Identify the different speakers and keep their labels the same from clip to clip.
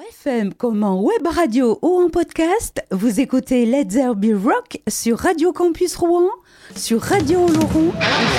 Speaker 1: FM comme en web radio ou en podcast, vous écoutez Let's Be Rock sur Radio Campus Rouen, sur Radio Oloron.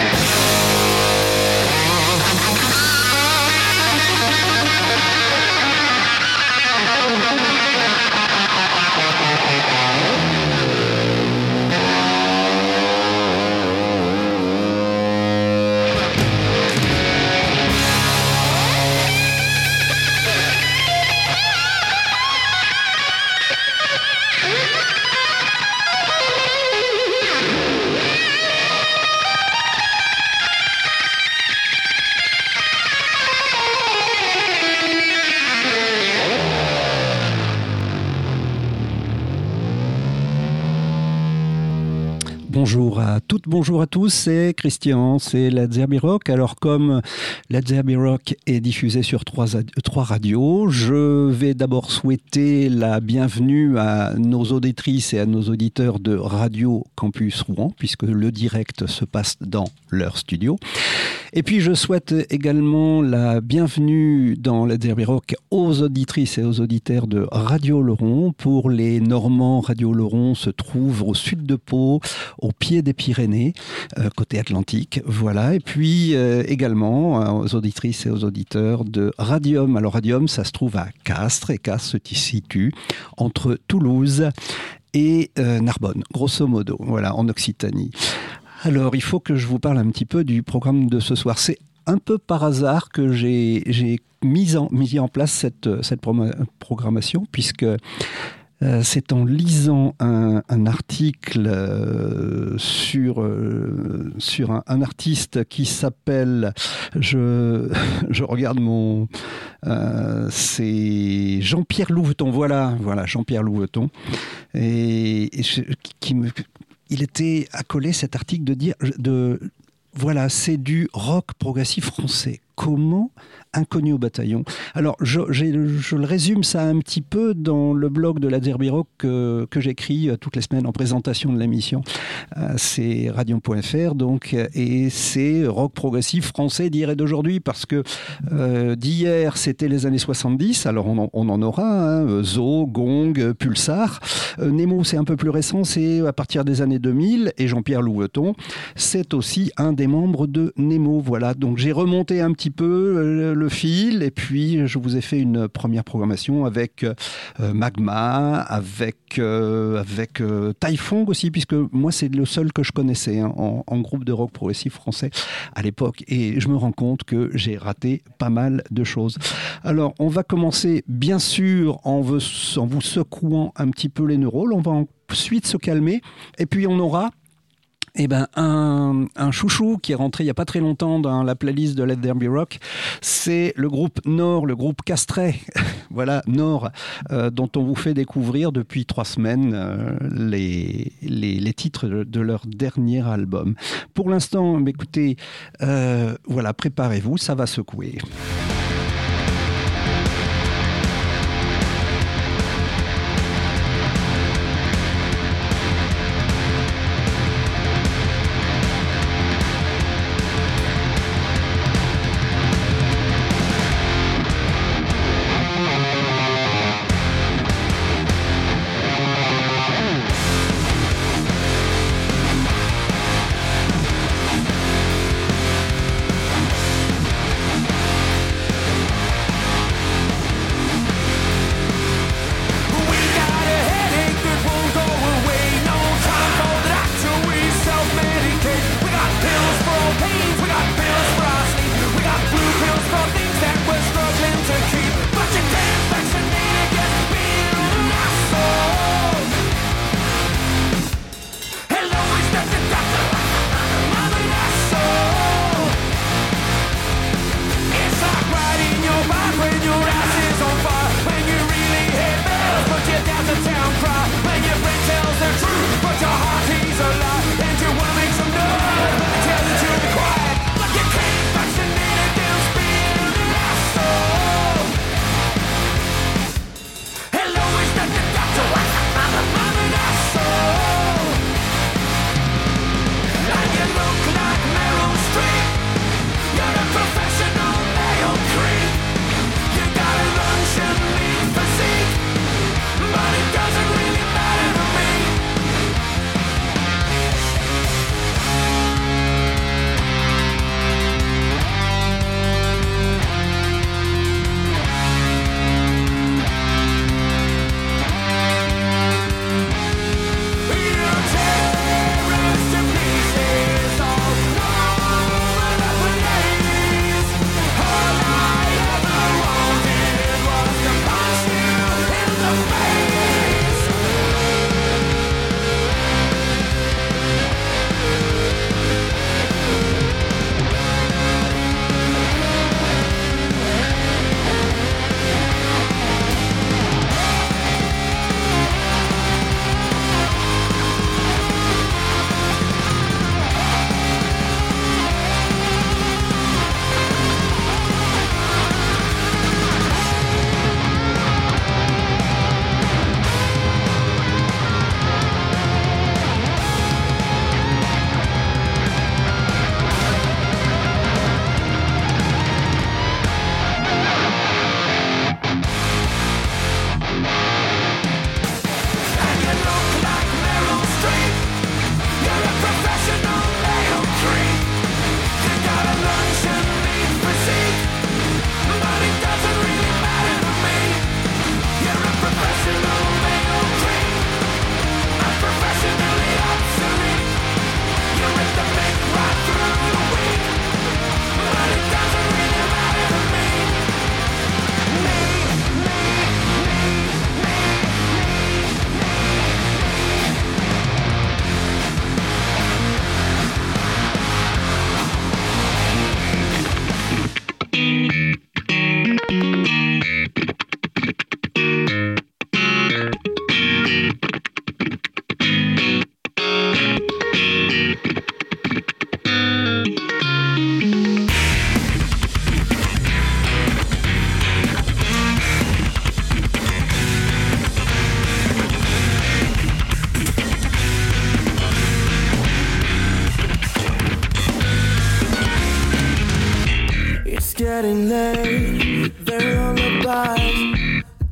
Speaker 2: Bonjour à toutes, bonjour à tous, c'est Christian, c'est Let's Be Rock. Alors comme Let's Be Rock est diffusé sur trois radios, je vais d'abord souhaiter la bienvenue à nos auditrices et à nos auditeurs de Radio Campus Rouen, puisque le direct se passe dans leur studio. Et puis je souhaite également la bienvenue dans Let's Be Rock aux auditrices et aux auditeurs de Radio Oloron. Pour les Normands, Radio Oloron se trouve au sud de Pau, au pied des Pyrénées, côté Atlantique, voilà. Et puis également aux auditrices et aux auditeurs de Radium. Alors Radium, ça se trouve à Castres, et Castres se situe entre Toulouse et Narbonne, grosso modo, voilà, en Occitanie. Alors, il faut que je vous parle un petit peu du programme de ce soir. C'est un peu par hasard que j'ai mis en place cette programmation, puisque c'est en lisant un article sur un artiste qui s'appelle, je regarde c'est Jean-Pierre Louveton, voilà Jean-Pierre Louveton, il était accolé cet article voilà, c'est du rock progressif français. Comment Inconnu au bataillon. Alors, je le résume ça un petit peu dans le blog de Let's Be Rock que j'écris toutes les semaines en présentation de l'émission. C'est radion.fr, donc, et c'est rock progressif français d'hier et d'aujourd'hui, parce que d'hier, c'était les années 70, alors on en aura, Zo, Gong, Pulsar. Nemo, c'est un peu plus récent, c'est à partir des années 2000, et Jean-Pierre Louveton, c'est aussi un des membres de Nemo, voilà. Donc, j'ai remonté un petit peu le fil, et puis je vous ai fait une première programmation avec Magma, avec Typhon aussi, puisque moi c'est le seul que je connaissais en groupe de rock progressif français à l'époque, et je me rends compte que j'ai raté pas mal de choses. Alors on va commencer bien sûr en vous secouant un petit peu les neurones, on va ensuite se calmer, et puis on aura un chouchou qui est rentré il n'y a pas très longtemps dans la playlist de Let's Be Rock, c'est le groupe Nord, le groupe Castrais, voilà, Nord, dont on vous fait découvrir depuis 3 semaines les titres de leur dernier album. Pour l'instant, écoutez, voilà, préparez-vous, ça va secouer.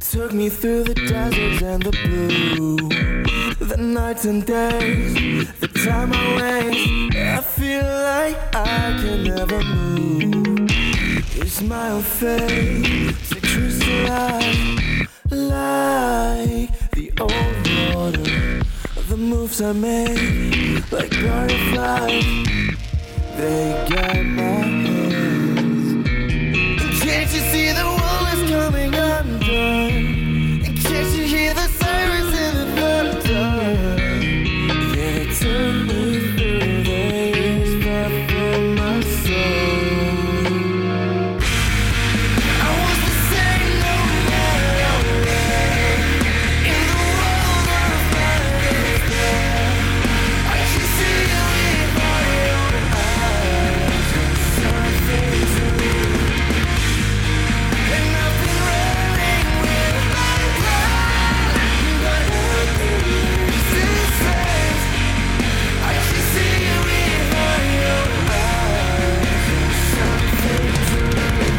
Speaker 3: Took me through the deserts and the blue, the nights and days, the time I waste. I feel like I can never move. Your smile fades to crystallize, like the old water. The moves I make, like butterflies, they guide my hands. And can't you see the world is coming undone? And can't you hear the sirens in the thunder? Yeah, they took me through the years, far from my soul. I was the same no matter where. In the world of despair, I can see you in my own eyes. Something to me. And I've been running with my blood, but since then, I can see you in my own eyes. Something to me.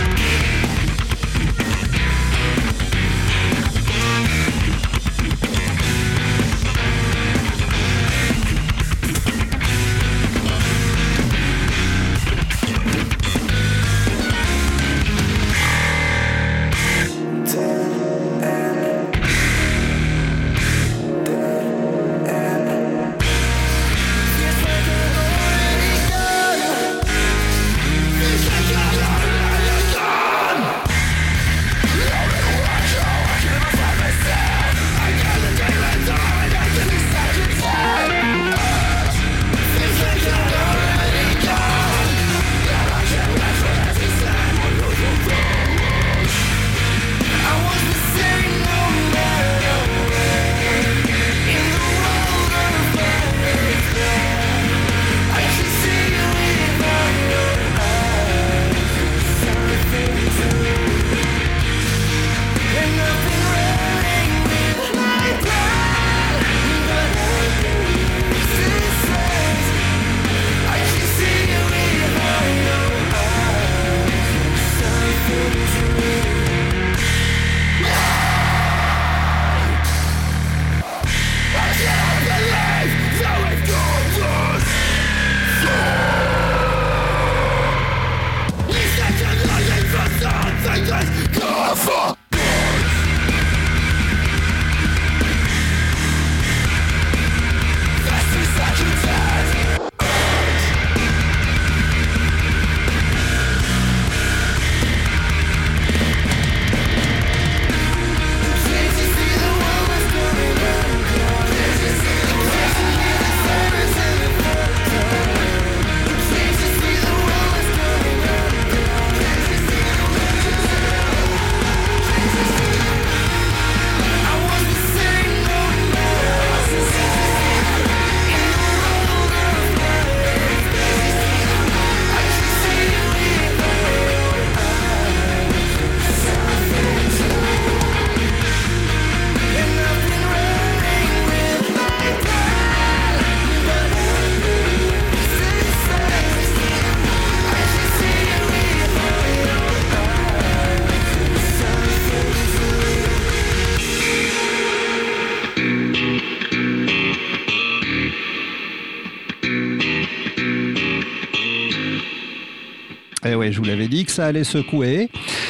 Speaker 2: Eh ouais, je vous l'avais dit que ça allait secouer.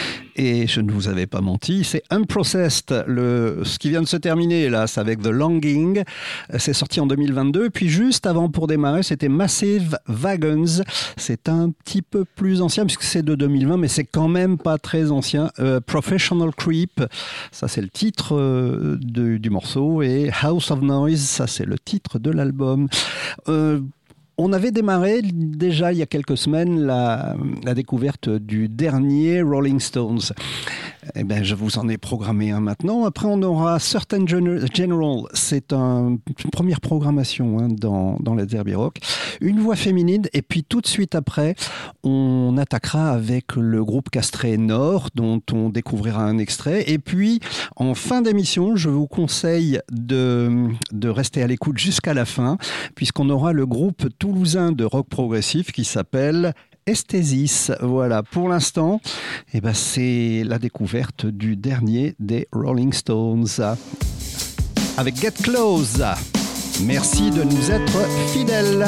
Speaker 2: Et je ne vous avais pas menti, c'est Unprocessed, ce qui vient de se terminer là, c'est avec The Longing, c'est sorti en 2022, puis juste avant pour démarrer, c'était Massive Wagons, c'est un petit peu plus ancien puisque c'est de 2020, mais c'est quand même pas très ancien. Professional Creep, ça c'est le titre du morceau, et House of Noise, ça c'est le titre de l'album. On avait démarré déjà il y a quelques semaines la découverte du dernier Rolling Stones. Eh bien, je vous en ai programmé un maintenant. Après, on aura Certain General. C'est une première programmation dans les Derby Rock. Une voix féminine. Et puis, tout de suite après, on attaquera avec le groupe Castré Nord, dont on découvrira un extrait. Et puis, en fin d'émission, je vous conseille de rester à l'écoute jusqu'à la fin, puisqu'on aura le groupe toulousain de rock progressif qui s'appelle Esthesis. Voilà, pour l'instant, c'est la découverte du dernier des Rolling Stones avec Get Close. Merci de nous être fidèles.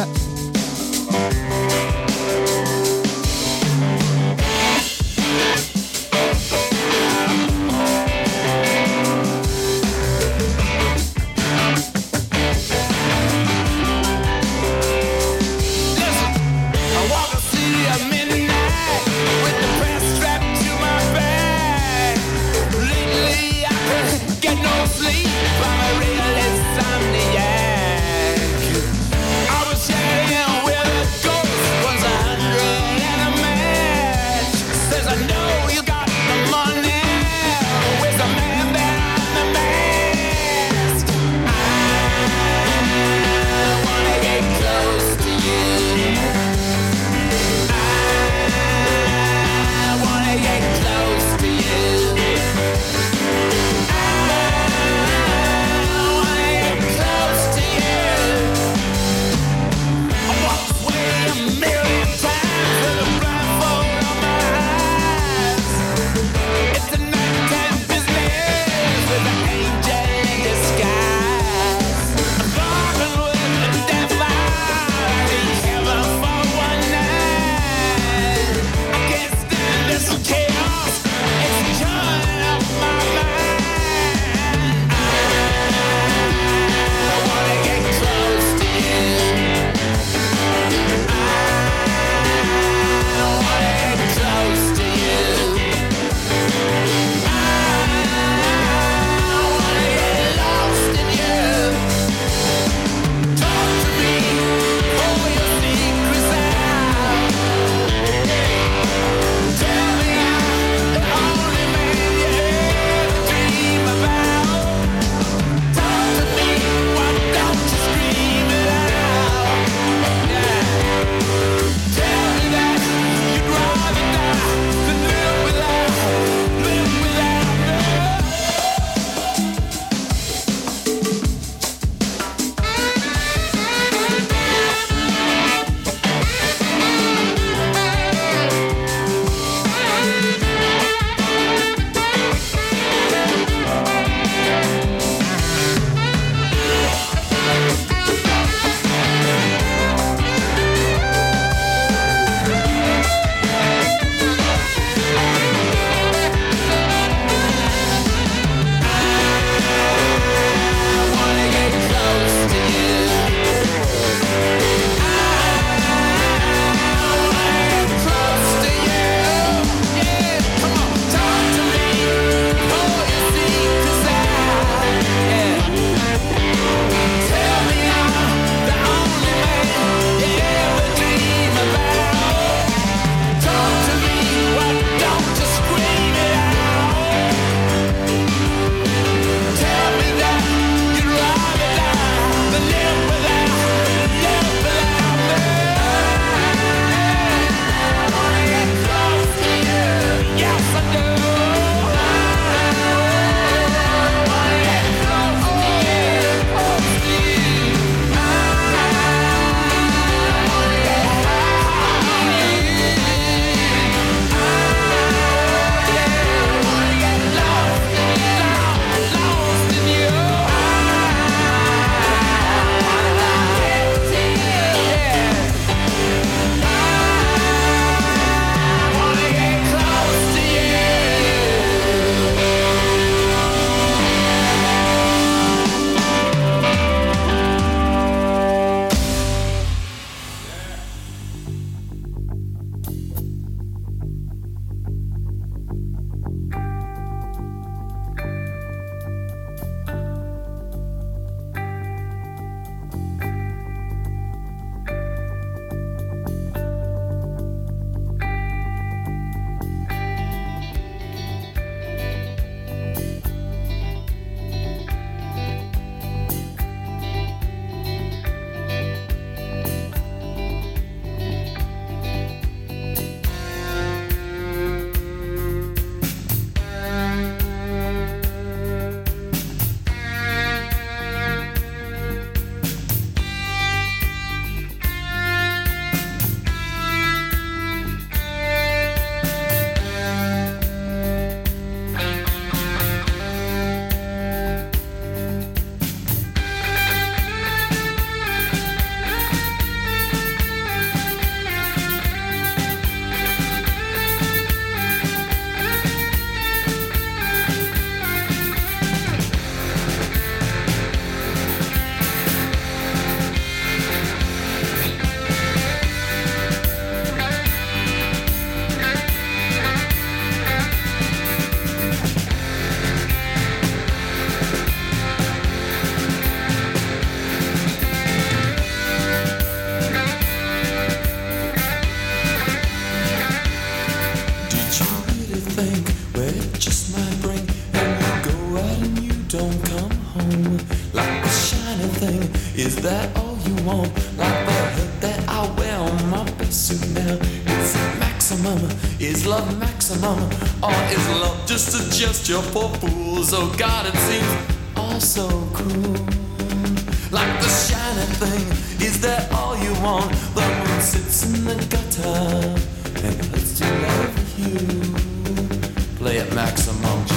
Speaker 3: don't come home. Like the shiny thing, is that all you want? Like the hood that I wear on my best suit now. Is it maximum? Is love maximum? Or is love just a gesture for fools? Oh God, it seems all so cruel. Like the shiny thing, is that all you want? The moon sits in the gutter and hurts to love you. Play it maximum G.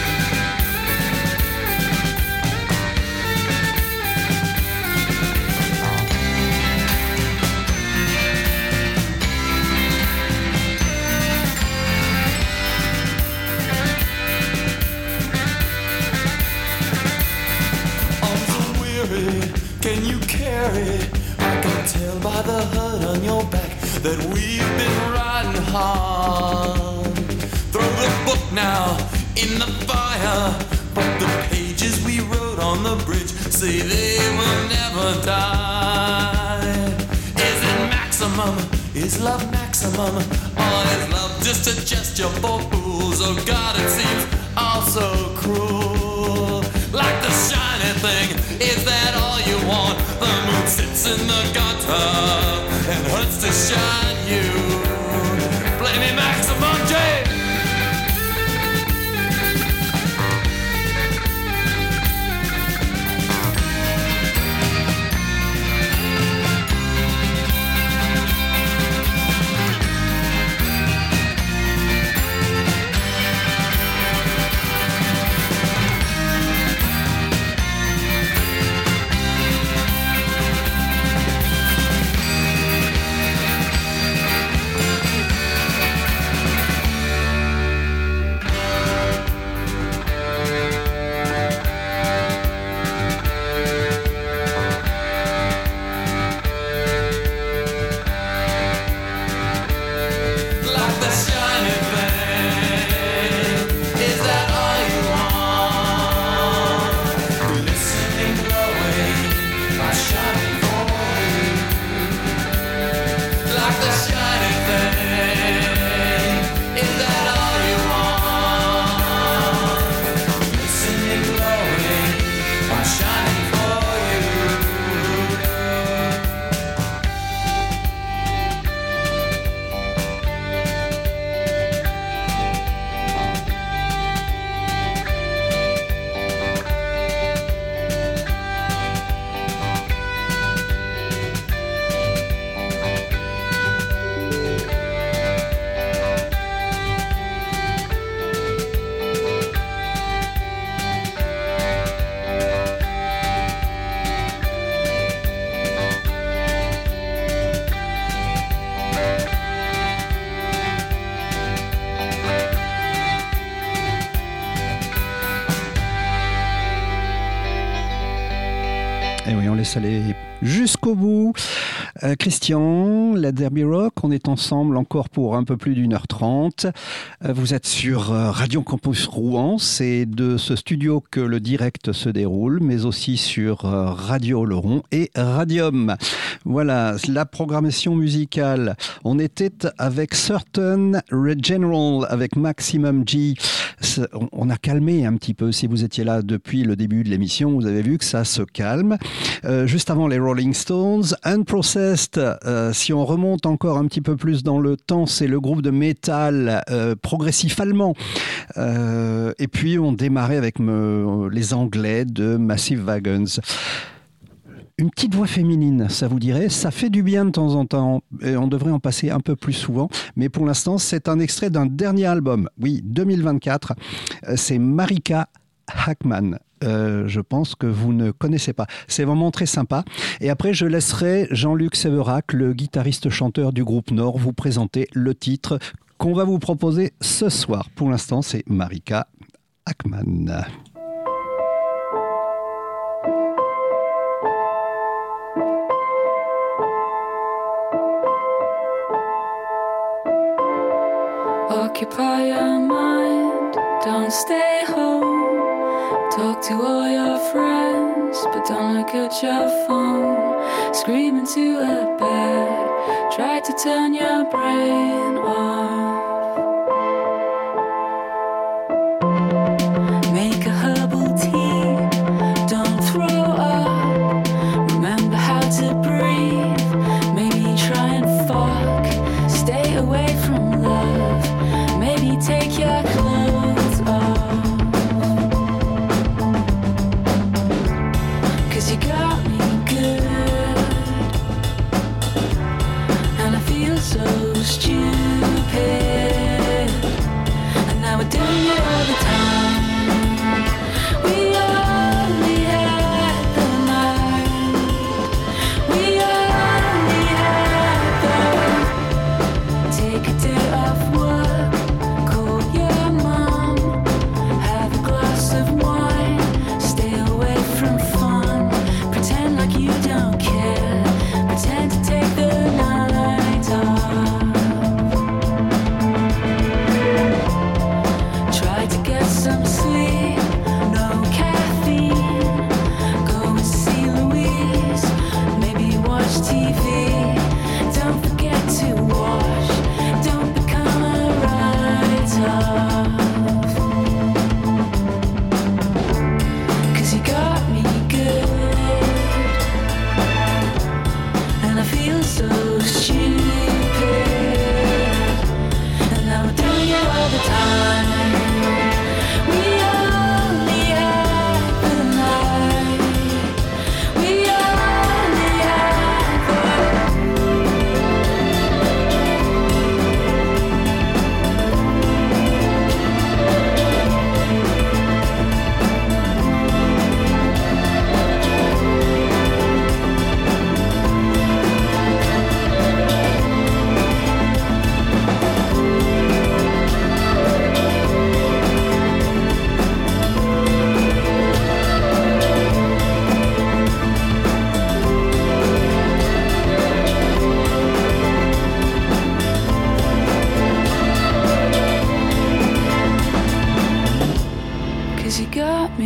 Speaker 3: Can you carry? I can tell by the hurt on your back that we've been riding hard. Throw the book now in the fire, but the pages we wrote on the bridge say they will never die. Is it maximum? Is love maximum? Or is love just a gesture for fools? Oh God, it seems all so cruel. Like the shiny thing, is that all you want? The moon sits in the gutter and hurts to shine you. Play me maximum J.
Speaker 2: Et oui, on laisse aller jusqu'au bout. Christian, la Derby Rock, on est ensemble encore pour un peu plus d'1h30. Vous êtes sur Radio Campus Rouen, c'est de ce studio que le direct se déroule, mais aussi sur Radio Laurent et Radium. Voilà, la programmation musicale. On était avec Certain Regeneral, avec Maximum G. On a calmé un petit peu. Si vous étiez là depuis le début de l'émission, vous avez vu que ça se calme. Juste avant les Rolling Stones, Unprocessed, si on remonte encore un petit peu plus dans le temps, c'est le groupe de métal progressif allemand. Et puis on démarrait avec les Anglais de Massive Wagons. Une petite voix féminine, ça vous dirait? Ça fait du bien de temps en temps, et on devrait en passer un peu plus souvent, mais pour l'instant, c'est un extrait d'un dernier album, oui, 2024, c'est Marika Hackman. Je pense que vous ne connaissez pas. C'est vraiment très sympa. Et après, je laisserai Jean-Luc Séverac, le guitariste-chanteur du groupe Nord, vous présenter le titre qu'on va vous proposer ce soir. Pour l'instant, c'est Marika Hackman.
Speaker 4: Occupy your mind, don't stay home. Talk to all your friends, but don't look at your phone. Scream into a bed, try to turn your brain off. Make a herbal tea,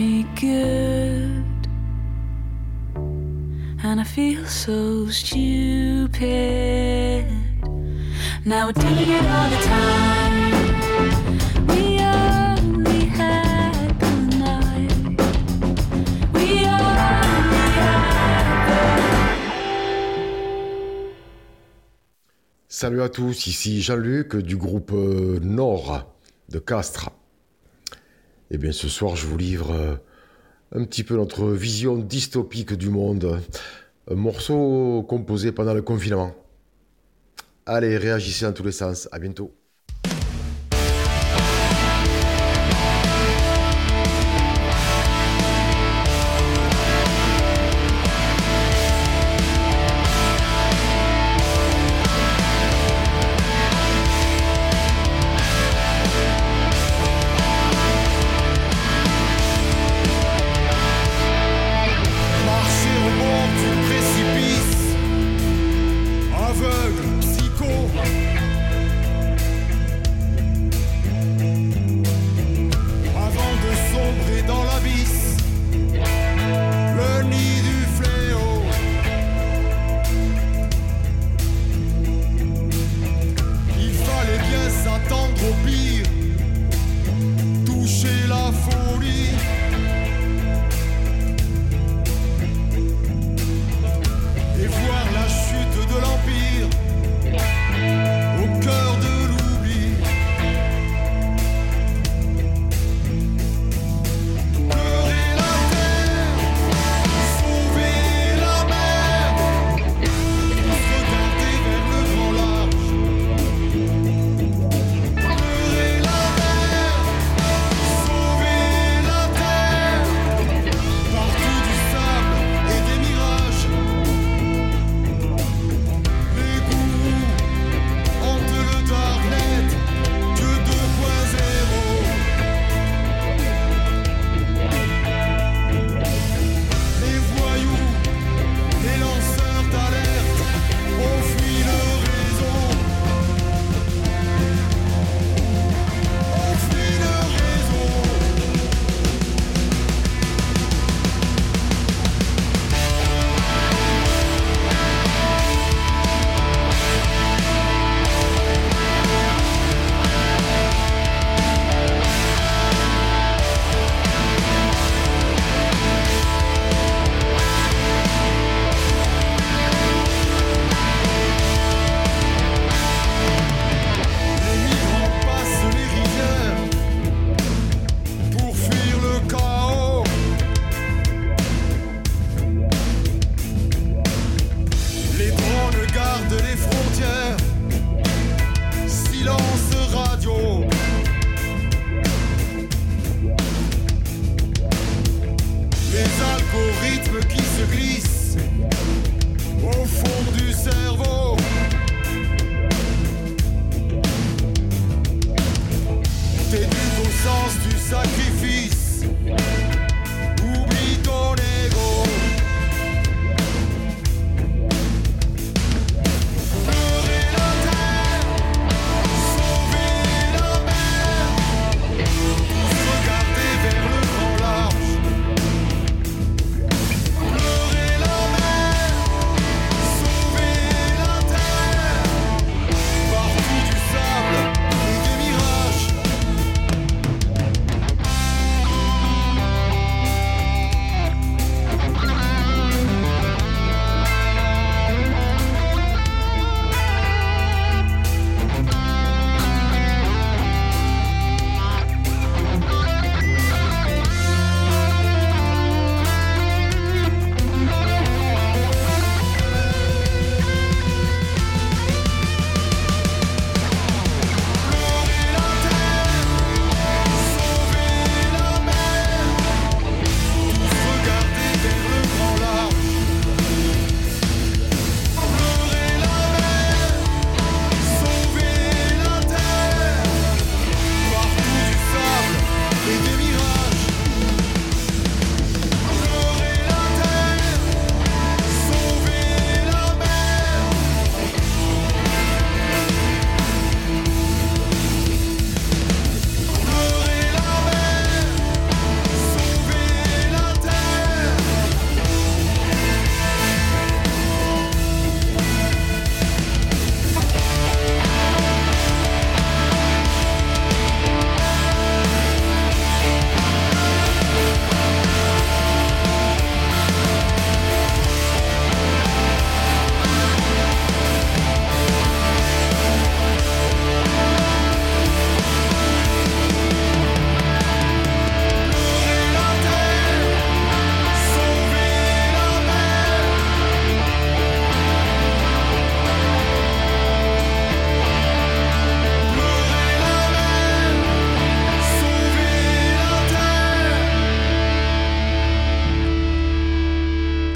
Speaker 4: me good, and I feel so stupid. Now we're doing it all the time. We only had the night. We only had the...
Speaker 5: Salut à tous, ici Jean-Luc du groupe Nord de Castres. Eh bien ce soir je vous livre un petit peu notre vision dystopique du monde. Un morceau composé pendant le confinement. Allez, réagissez dans tous les sens. À bientôt.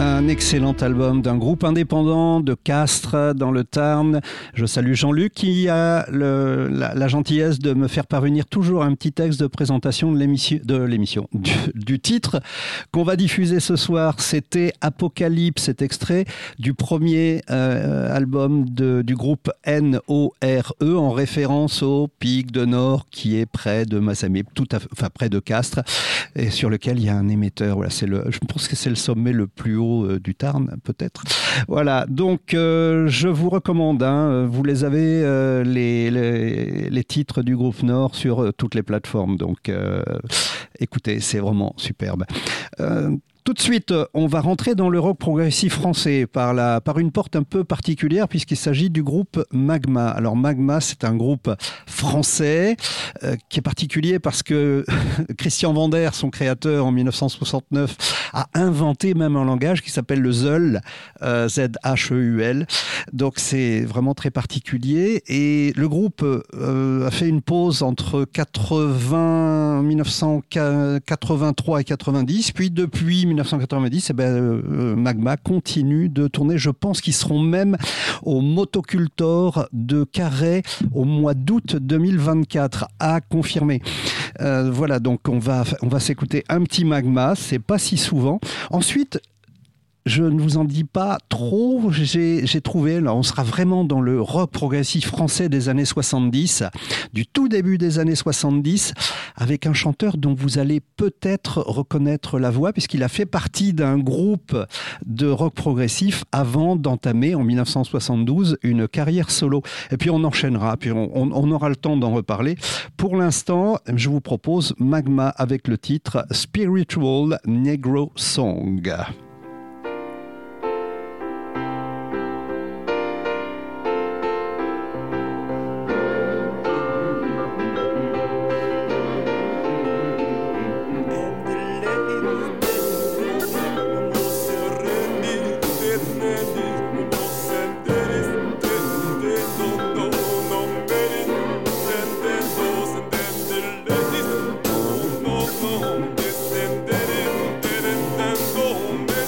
Speaker 2: Un excellent album d'un groupe indépendant de Castres dans le Tarn. Je salue Jean-Luc qui a la gentillesse de me faire parvenir toujours un petit texte de présentation du titre qu'on va diffuser ce soir. C'était Apocalypse, cet extrait du premier album du groupe NORE en référence au pic de Nord qui est près de Massamé, près de Castres, et sur lequel il y a un émetteur. Voilà, je pense que c'est le sommet le plus haut du Tarn, peut-être. Voilà, donc je vous recommande, vous les avez, les titres du groupe Nord sur toutes les plateformes, donc écoutez, c'est vraiment superbe. Tout de suite, on va rentrer dans le rock progressif français par une porte un peu particulière puisqu'il s'agit du groupe Magma. Alors Magma, c'est un groupe français qui est particulier parce que Christian Vander, son créateur en 1969, a inventé même un langage qui s'appelle le Zeul, Z-H-E-U-L. Donc c'est vraiment très particulier et le groupe a fait une pause entre 1983 et 90, puis depuis 1990, Magma continue de tourner. Je pense qu'ils seront même au Motocultor de Carhaix au mois d'août 2024, à confirmer. Voilà, donc on va s'écouter un petit Magma, c'est pas si souvent. Ensuite, je ne vous en dis pas trop, j'ai trouvé, là on sera vraiment dans le rock progressif français des années 70, du tout début des années 70, avec un chanteur dont vous allez peut-être reconnaître la voix, puisqu'il a fait partie d'un groupe de rock progressif avant d'entamer en 1972 une carrière solo. Et puis on enchaînera, puis on aura le temps d'en reparler. Pour l'instant, je vous propose Magma avec le titre Spiritual Negro Song.
Speaker 3: Oh,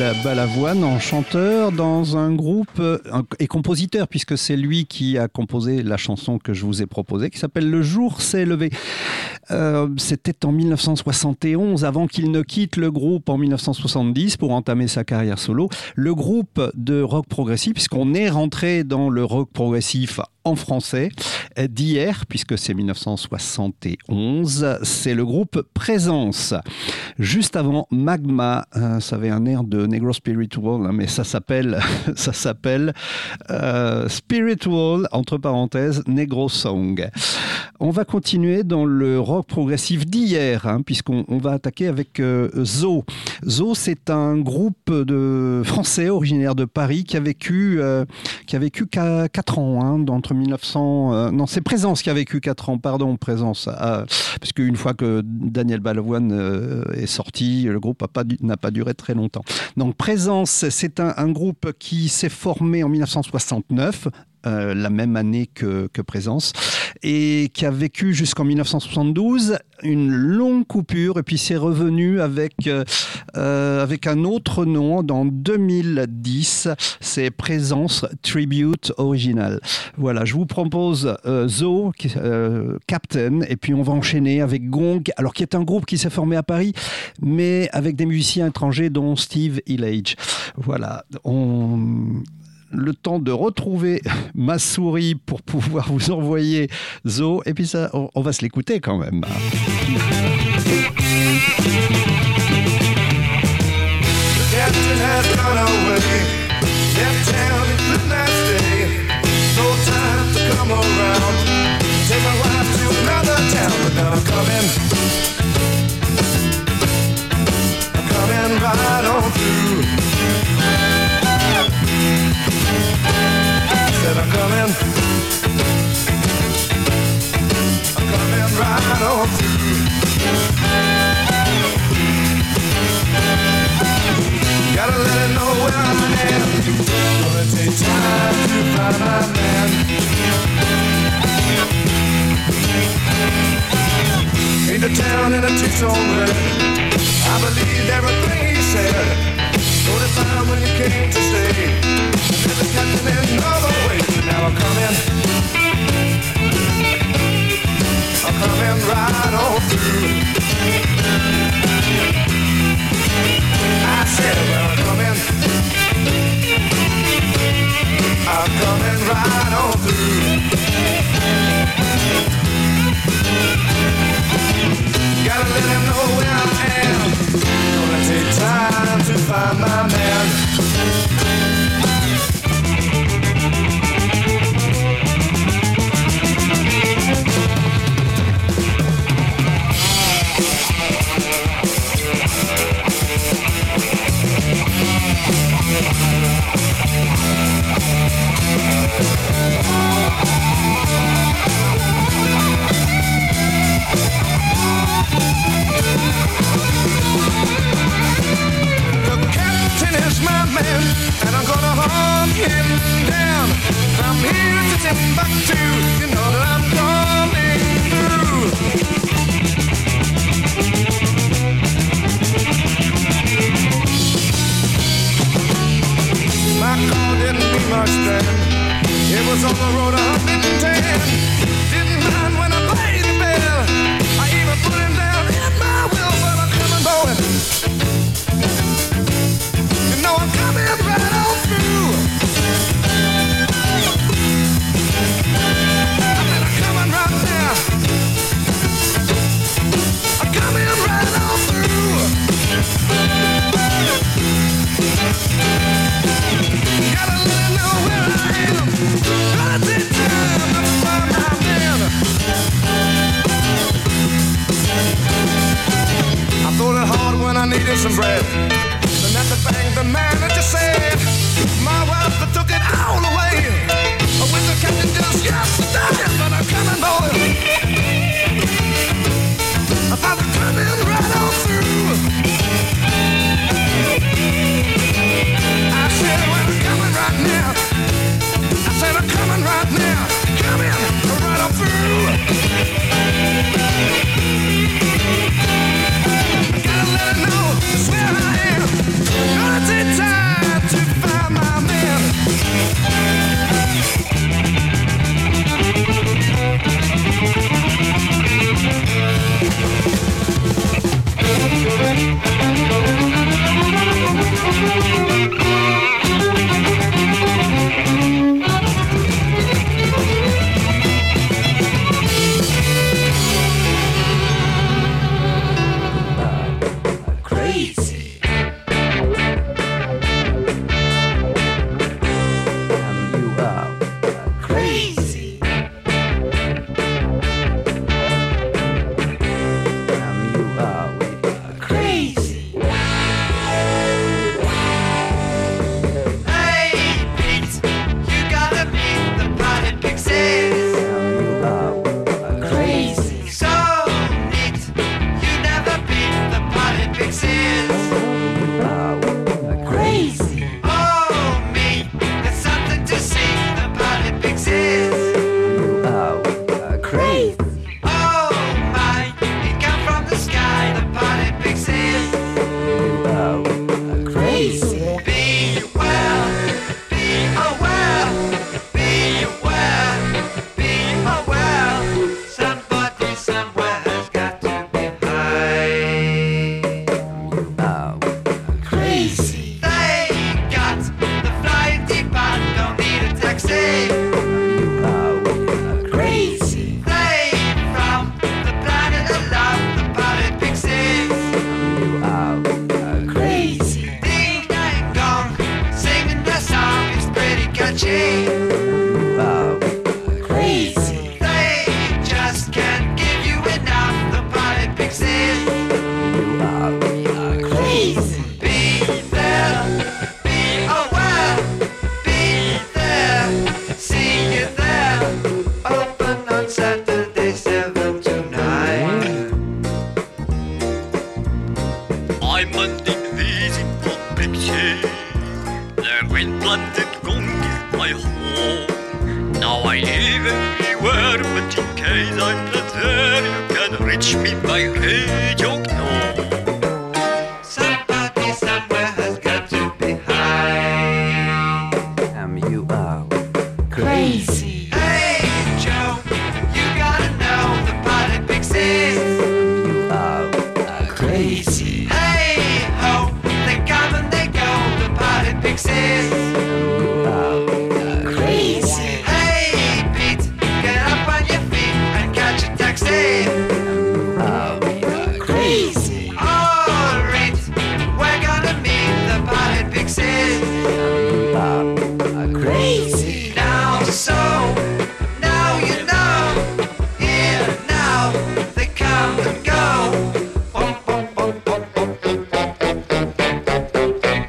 Speaker 2: Balavoine en chanteur dans un groupe et compositeur, puisque c'est lui qui a composé la chanson que je vous ai proposée, qui s'appelle Le jour s'est levé. C'était en 1971, avant qu'il ne quitte le groupe en 1970 pour entamer sa carrière solo. Le groupe de rock progressif, puisqu'on est rentré dans le rock progressif en français d'hier, puisque c'est 1971, c'est le groupe Présence. Juste avant Magma, ça avait un air de Negro Spiritual, mais ça s'appelle Spiritual, entre parenthèses, Negro Song. On va continuer dans le rock progressif d'hier, puisqu'on va attaquer avec Zo. Zo, c'est un groupe de Français originaire de Paris qui a vécu 4 ans, entre 1900... non, c'est Présence qui a vécu 4 ans, pardon, Présence. Parce qu'une fois que Daniel Balavoine est sorti, le groupe n'a pas duré très longtemps. Donc Présence, c'est un groupe qui s'est formé en 1969, la même année que Présence, et qui a vécu jusqu'en 1972, une longue coupure, et puis c'est revenu avec un autre nom en 2010, c'est Présence Tribute Original. Voilà, je vous propose Zo, Captain, et puis on va enchaîner avec Gong, alors qui est un groupe qui s'est formé à Paris, mais avec des musiciens étrangers dont Steve Hillage. Voilà, le temps de retrouver ma souris pour pouvoir vous envoyer Zo, et puis ça, on va se l'écouter quand même.
Speaker 3: The captain has gone away. Left town, he could not stay. No time to come around. Take my wife to another town, but now I'm coming right on through. Said I'm coming right on through. Gotta let it know where I am. Gonna take time to find my man. Ain't the town in a two-tone red. I believed everything he said. Notified when you came to stay. There's a captain in another way. Now I'm coming right on through. I said, well, I'm coming right on through. Gotta let him know where I am. Gonna take time to find my man. And I'm gonna hunt him down. I'm here to Timbuktu. You know that I'm coming through. My car didn't need much then. It was on the road 110. Didn't mind when I played the bell. I even put him down in my wheel, but I'm coming going. I'm coming right on through. I'm coming right now. I'm coming right on through. Gotta let him know where I am. Gotta take time to find my man. I thought it hard when I needed some bread. Not the thing the manager said. My wife took it all away. With the captain just yesterday. But I'm coming, boy. I'm coming right on through. I said, well, I'm coming right now. I said, I'm coming right now. Coming right on through. Gotta let it know just where I am. energy. Crazy. They just can't give you enough. The party pixies. You are crazy. Be there, be aware, be there, see you there. Open on Saturday 7 to 9.
Speaker 6: I'm an invisible pixie. The wind-planted gong is my home. Now I live everywhere, but in case I'm not there, you can reach me by radio gnome.
Speaker 3: Somebody somewhere has got to be high.
Speaker 7: You are
Speaker 3: Crazy. Hey Joe, you gotta know the party pixies.
Speaker 7: You are
Speaker 3: Crazy. Hey ho, they come and they go, the party pixies. Crazy. Hey Pete, get up on your feet and catch a taxi. Crazy. All right, we're gonna meet the party pixies. Crazy. Now so, now you know. Here now, they come and go. Bum, bum, bum, bum, bum, bum, bum, bum, bum.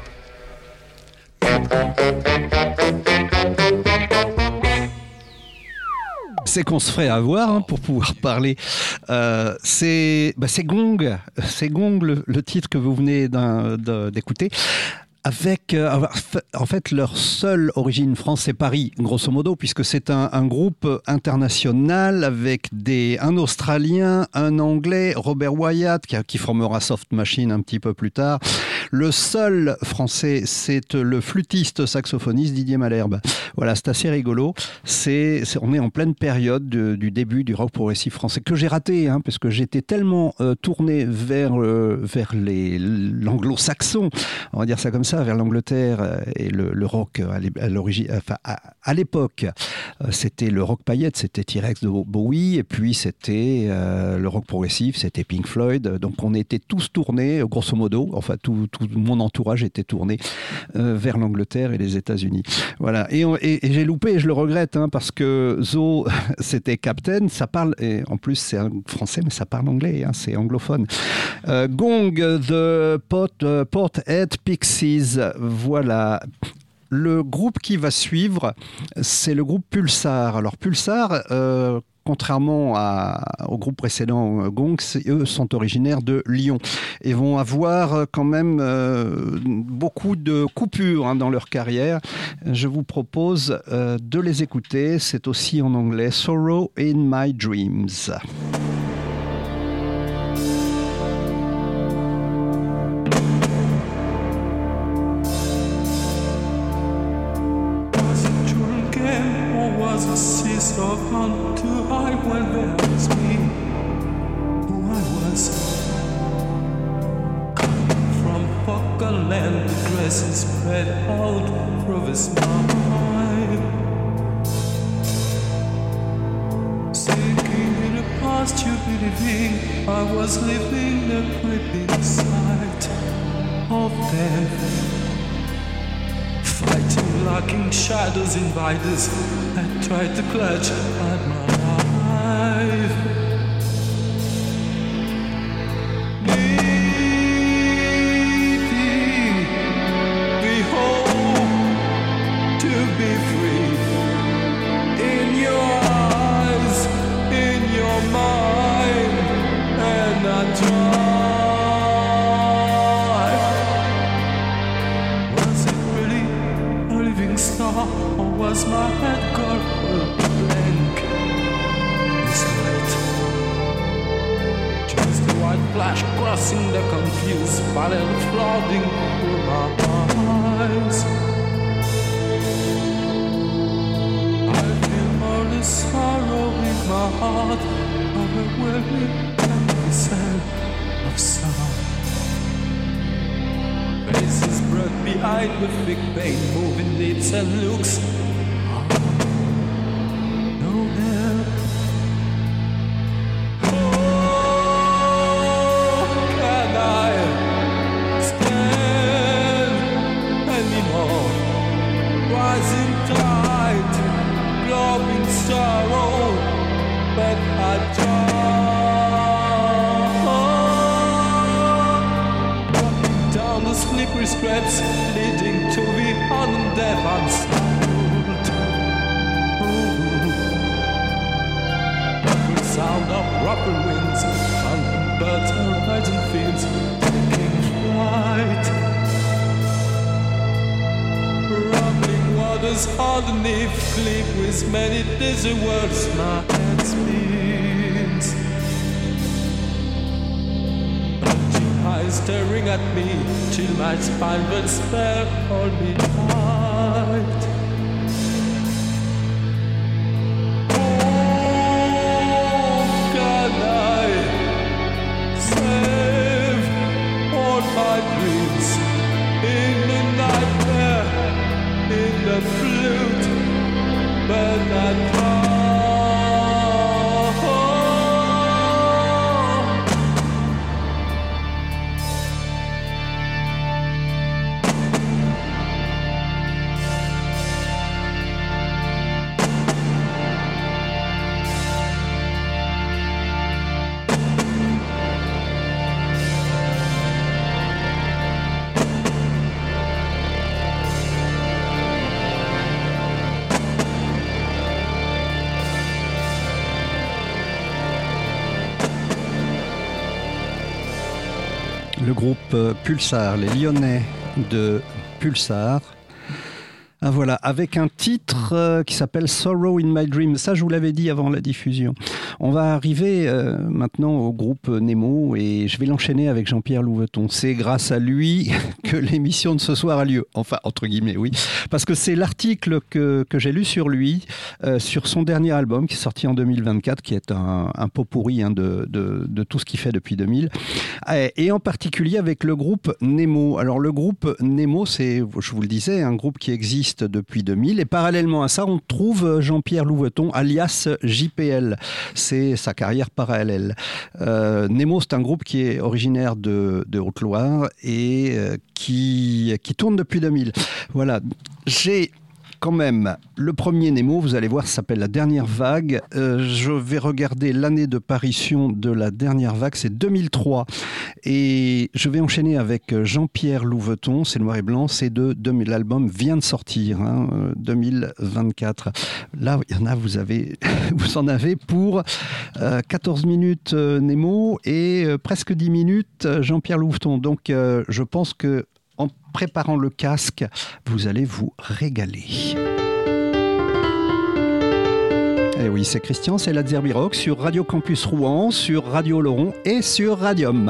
Speaker 2: C'est qu'on se ferait avoir pour pouvoir parler. C'est Gong, le titre que vous venez d'écouter. Avec, en fait, leur seule origine France, c'est Paris, grosso modo, puisque c'est un groupe international avec un Australien, un Anglais, Robert Wyatt, qui formera Soft Machine un petit peu plus tard. Le seul Français, c'est le flûtiste saxophoniste Didier Malherbe. Voilà, c'est assez rigolo. On est en pleine période du début du rock progressif français, que j'ai raté, parce que j'étais tellement tourné vers l'anglo-saxon, on va dire ça comme ça, vers l'Angleterre et le rock à l'origine, enfin à l'époque, c'était le rock paillette, c'était T-Rex de Bowie, et puis c'était le rock progressif, c'était Pink Floyd. Donc on était tous tournés, grosso modo, enfin tout mon entourage était tourné vers l'Angleterre et les États-Unis. Voilà. Et j'ai loupé, et je le regrette, parce que Zo, c'était Captain, ça parle, et en plus c'est un français, mais ça parle anglais, c'est anglophone. Gong, The Portishead Pixies. Voilà. Le groupe qui va suivre, c'est le groupe Pulsar. Alors Pulsar, contrairement au groupe précédent Gong, eux sont originaires de Lyon et vont avoir quand même beaucoup de coupures dans leur carrière. Je vous propose de les écouter. C'est aussi en anglais, Sorrow in My Dreams.
Speaker 8: So fun to hide when there was me, who I was. From Pockerland, the dresses spread out through his mind. Sinking in a past you believing I was living the creeping sight of death. Fighting, locking shadows, invaders. I tried to clutch at my life. Needing the hope to be free. In your eyes, in your mind, and I try. Or was my head gone blank? This light, just a white flash crossing the confused battle, flooding through my eyes. I feel all the sorrow in my heart, overwhelming and sad of sound. Faces brought behind with big pain, moving lips and looks. No help. Oh, can I stand anymore? Rising tried, glowing sorrow, but I tried. Walking down the slippery steps leading to the undead unsouls. The sound of ruffled wings, and birds horizon fields, taking flight. Rumbling waters underneath, sleep with many dizzy words, my head spins. Bulging eyes staring at me, till my spine will spare, hold me tight. My dreams in the nightmare, in the flute, but I try.
Speaker 2: Le groupe Pulsar, les Lyonnais de Pulsar. Ah, voilà, avec un titre qui s'appelle Sorrow in My Dream. Ça, je vous l'avais dit avant la diffusion. On va arriver maintenant au groupe Nemo et je vais l'enchaîner avec Jean-Pierre Louveton. C'est grâce à lui que l'émission de ce soir a lieu. Enfin, entre guillemets, oui. Parce que c'est l'article que j'ai lu sur lui, sur son dernier album qui est sorti en 2024, qui est un pot-pourri de tout ce qu'il fait depuis 2000. Et en particulier avec le groupe Nemo. Alors, le groupe Nemo, c'est, je vous le disais, un groupe qui existe depuis 2000 et parallèlement à ça on trouve Jean-Pierre Louveton alias JPL, c'est sa carrière parallèle. Nemo, c'est un groupe qui est originaire de Haute-Loire et qui tourne depuis 2000. Voilà, j'ai quand même le premier Nemo, vous allez voir, ça s'appelle La Dernière Vague. Je vais regarder l'année de parution de La Dernière Vague, c'est 2003. Et je vais enchaîner avec Jean-Pierre Louveton, c'est noir et blanc, c'est de 2000. L'album vient de sortir, 2024. Là, il y en a, vous en avez pour 14 minutes Nemo et presque 10 minutes Jean-Pierre Louveton. Donc, je pense que en préparant le casque, vous allez vous régaler. Et oui, c'est Christian, c'est la Zerbi Rock sur Radio Campus Rouen, sur Radio Laurent et sur Radium.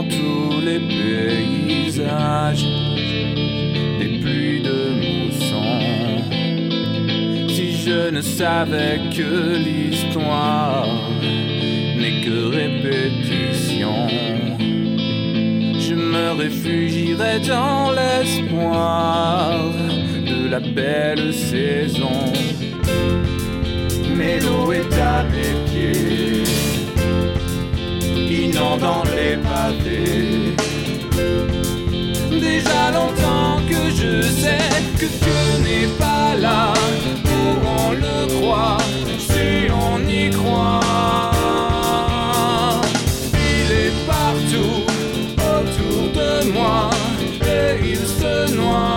Speaker 9: dans tous les paysages, des pluies de mousson. Si je ne savais que l'histoire n'est que répétition, je me réfugierais dans l'espoir de la belle saison. Mais l'eau est à mes pieds, inondant les pavés. Déjà longtemps que je sais que Dieu n'est pas là où on le croit, si on y croit. Il est partout autour de moi et il se noie.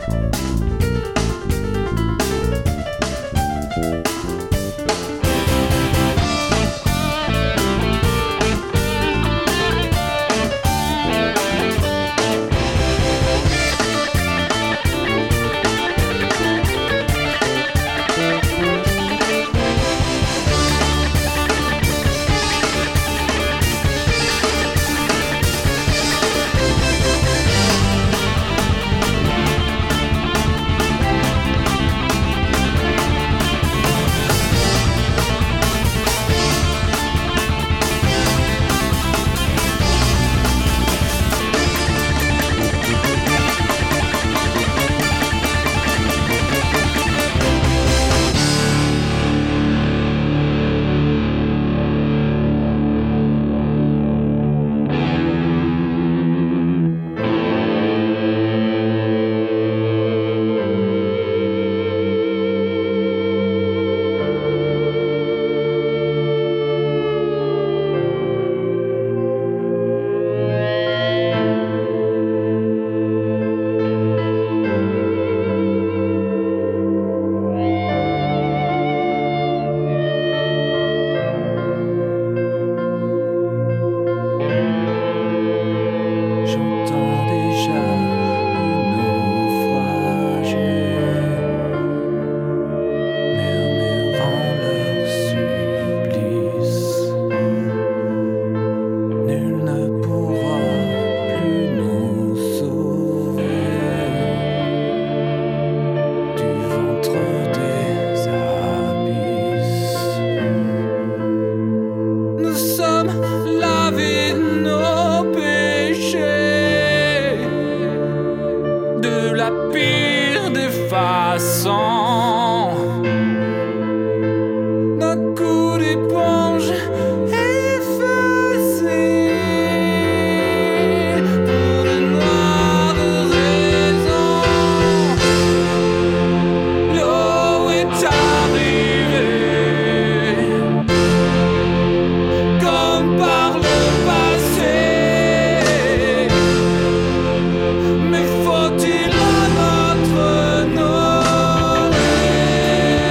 Speaker 9: Mais faut-il à notre nom?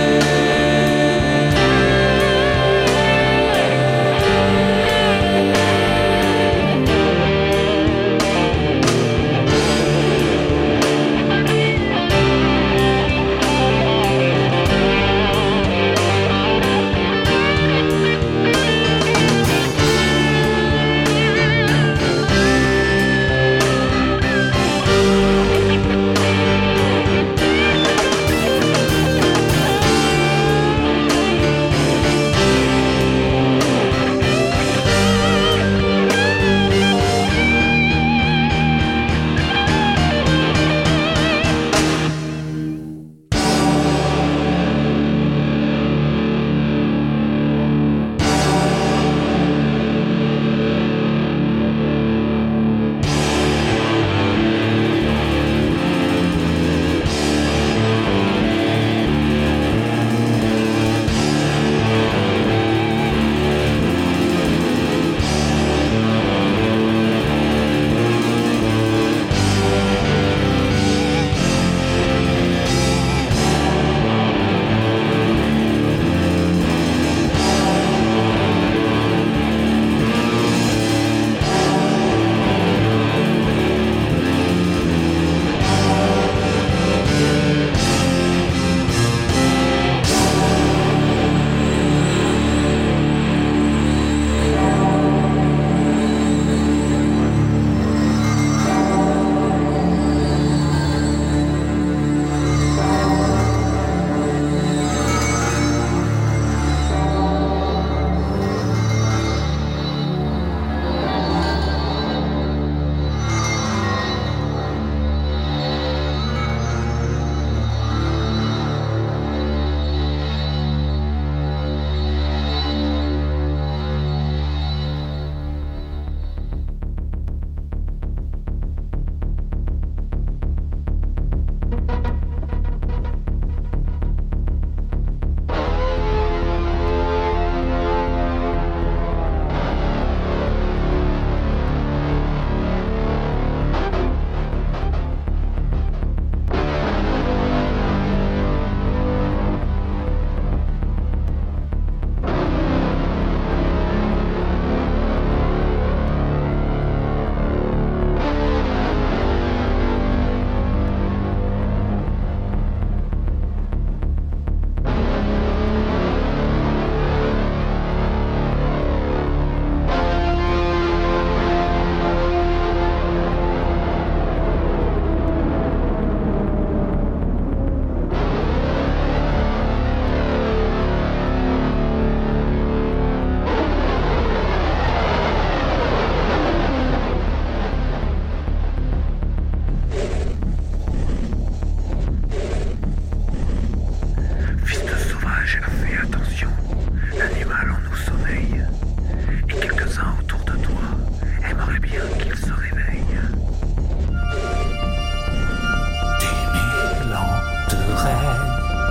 Speaker 8: règne.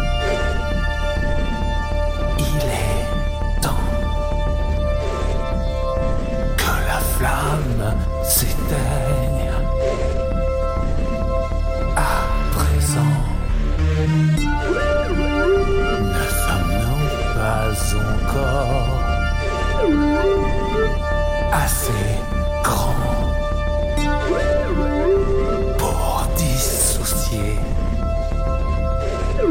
Speaker 8: Il est temps que la flamme s'éteigne. À présent, ne sommes-nous pas encore assez grands pour dissocier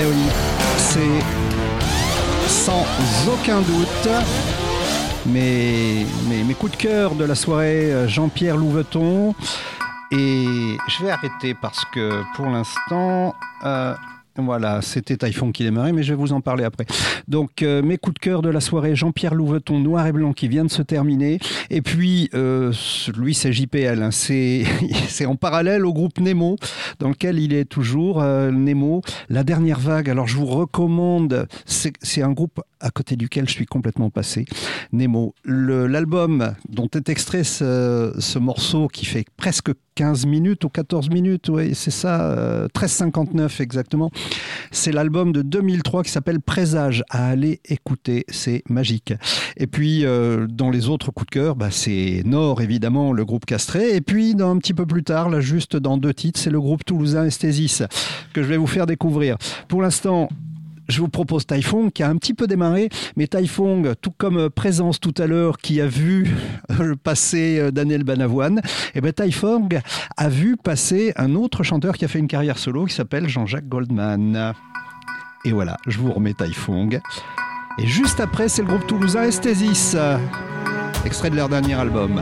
Speaker 2: oui, c'est sans aucun doute mes coups de cœur de la soirée, Jean-Pierre Louveton. Et je vais arrêter parce que pour l'instant, voilà, c'était Typhon qui démarrait, mais je vais vous en parler après. Donc, mes coups de cœur de la soirée, Jean-Pierre Louveton, Noir et Blanc, qui vient de se terminer. Et puis, lui, c'est JPL. Hein, c'est en parallèle au groupe Nemo, dans lequel il est toujours. Nemo, La Dernière Vague. Alors, je vous recommande, c'est un groupe à côté duquel je suis complètement passé. Nemo. L'album dont est extrait ce morceau qui fait presque 15 minutes ou 14 minutes, oui, c'est ça, 13,59 exactement. C'est l'album de 2003 qui s'appelle Présage, à aller écouter, c'est magique. Et puis, dans les autres coups de cœur, c'est Nord, évidemment, le groupe Castré. Et puis, un petit peu plus tard, là, juste dans 2 titres, c'est le groupe toulousain Esthésis, que je vais vous faire découvrir. Pour l'instant, je vous propose Typhon, qui a un petit peu démarré, mais Typhon, tout comme Présence tout à l'heure, qui a vu passer Daniel Banavoine, et bien Typhon a vu passer un autre chanteur qui a fait une carrière solo, qui s'appelle Jean-Jacques Goldman. Et voilà, je vous remets Typhon. Et juste après, c'est le groupe toulousain Esthésis, extrait de leur dernier album.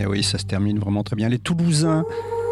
Speaker 2: Et oui, ça se termine vraiment très bien. Les Toulousains.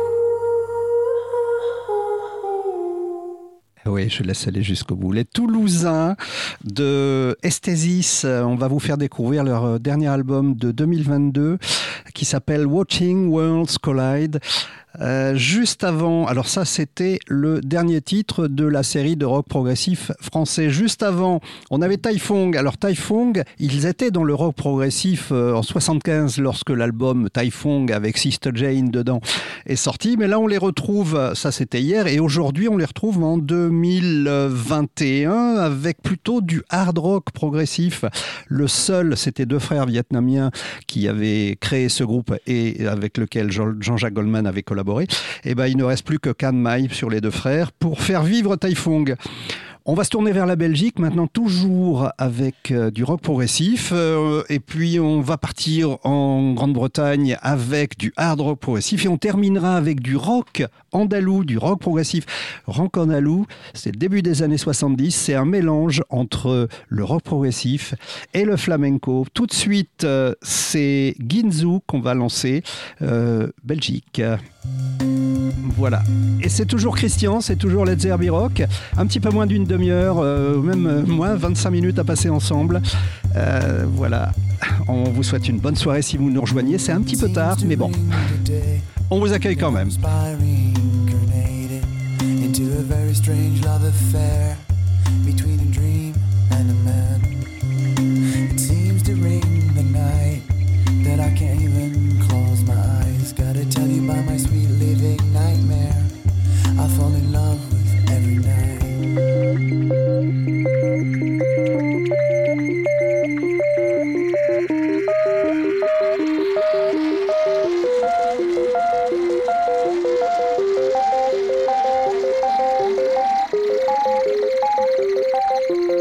Speaker 2: Oui, je laisse aller jusqu'au bout. Les Toulousains de Esthesis, on va vous faire découvrir leur dernier album de 2022 qui s'appelle Watching Worlds Collide. Juste avant, alors ça c'était le dernier titre de la série de rock progressif français. Juste avant, on avait Taifong. Alors Taifong, ils étaient dans le rock progressif en 75 lorsque l'album Taifong avec Sister Jane dedans est sorti. Mais là on les retrouve, ça c'était hier, et aujourd'hui on les retrouve en 2021 avec plutôt du hard rock progressif. Le seul, c'était deux frères vietnamiens qui avaient créé ce groupe et avec lequel Jean-Jacques Goldman avait collaboré. Et ben, il ne reste plus que Can Mai sur les deux frères pour faire vivre Taifong. On va se tourner vers la Belgique maintenant, toujours avec du rock progressif, et puis on va partir en Grande-Bretagne avec du hard rock progressif, et on terminera avec du rock andalou, du rock progressif. Rock andalou, c'est le début des années 70, c'est un mélange entre le rock progressif et le flamenco. Tout de suite, c'est Ginzu qu'on va lancer, Belgique. Voilà, et c'est toujours Christian, c'est toujours Let's Herbie Rock, un petit peu moins d'une demi-heure, même moins 25 minutes à passer ensemble. Voilà, on vous souhaite une bonne soirée si vous nous rejoignez, c'est un petit peu tard, mais bon, on vous accueille quand même.
Speaker 3: Gotta tell you about my sweet living nightmare. I fall in love with every night.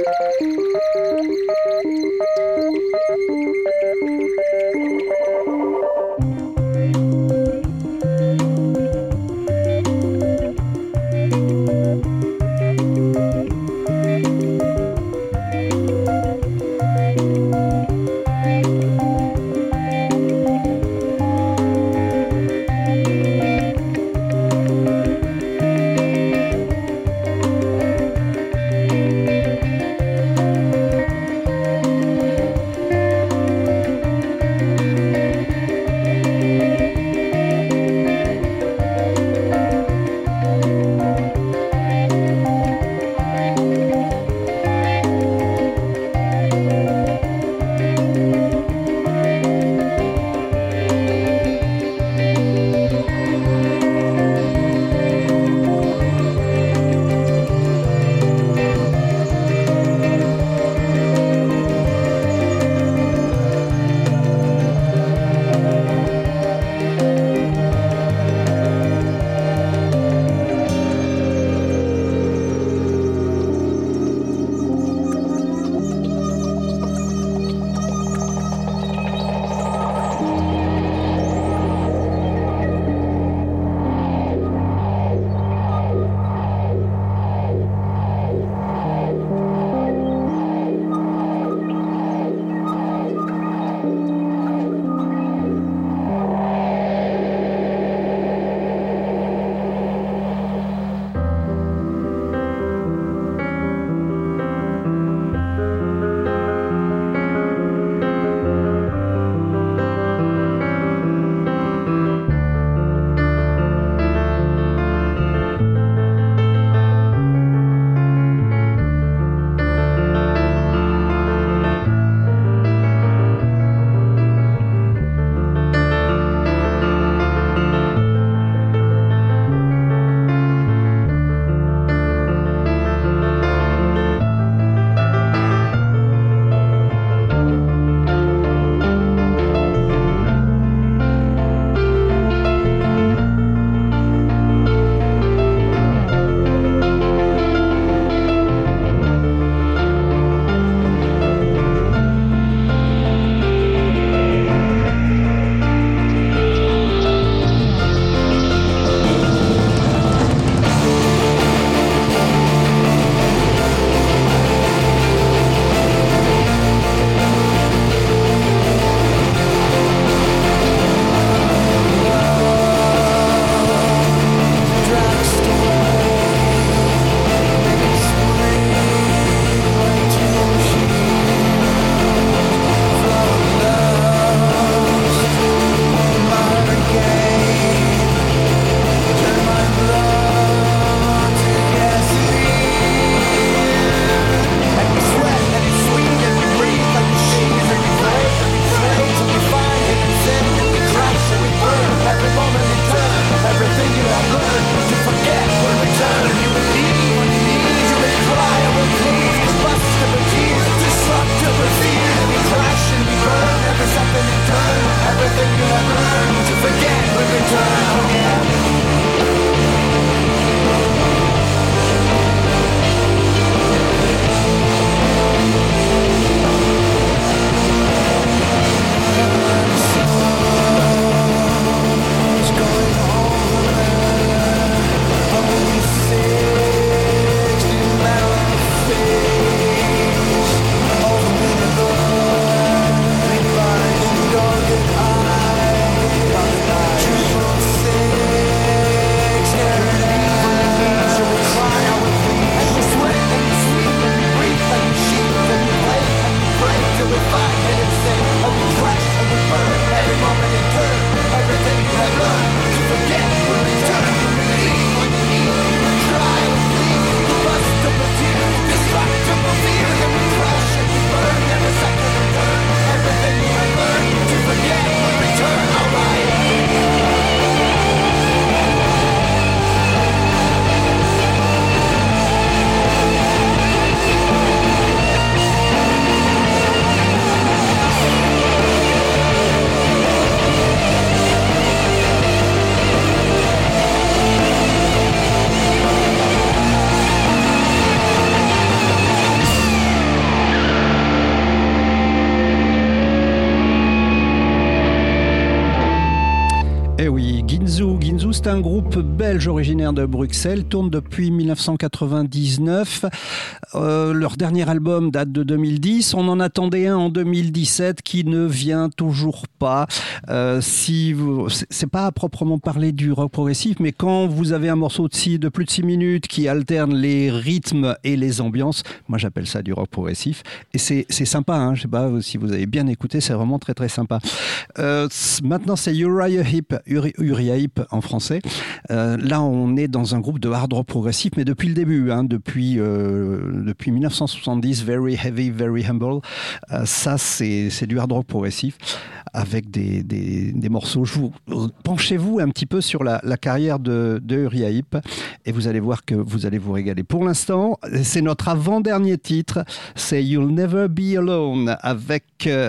Speaker 2: Eh oui, Ginzu. Ginzu, c'est un groupe belge originaire de Bruxelles, tourne depuis 1999. Leur dernier album date de 2010. On en attendait un en 2017 qui ne vient toujours pas. C'est pas à proprement parler du rock progressif, mais quand vous avez un morceau de plus de 6 minutes qui alterne les rythmes et les ambiances, moi j'appelle ça du rock progressif. Et c'est sympa, hein. Je sais pas si vous avez bien écouté, c'est vraiment très très sympa. Maintenant, c'est Uriah Heep en français. Là, on est dans un groupe de hard rock progressif, mais depuis le début, hein, depuis 1970, Very Heavy, Very Humble. Ça, c'est du hard rock progressif avec des morceaux. Penchez-vous un petit peu sur la carrière de Uriah Heep et vous allez voir que vous allez vous régaler. Pour l'instant, c'est notre avant-dernier titre, c'est You'll Never Be Alone avec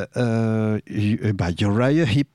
Speaker 2: Uriah Heep.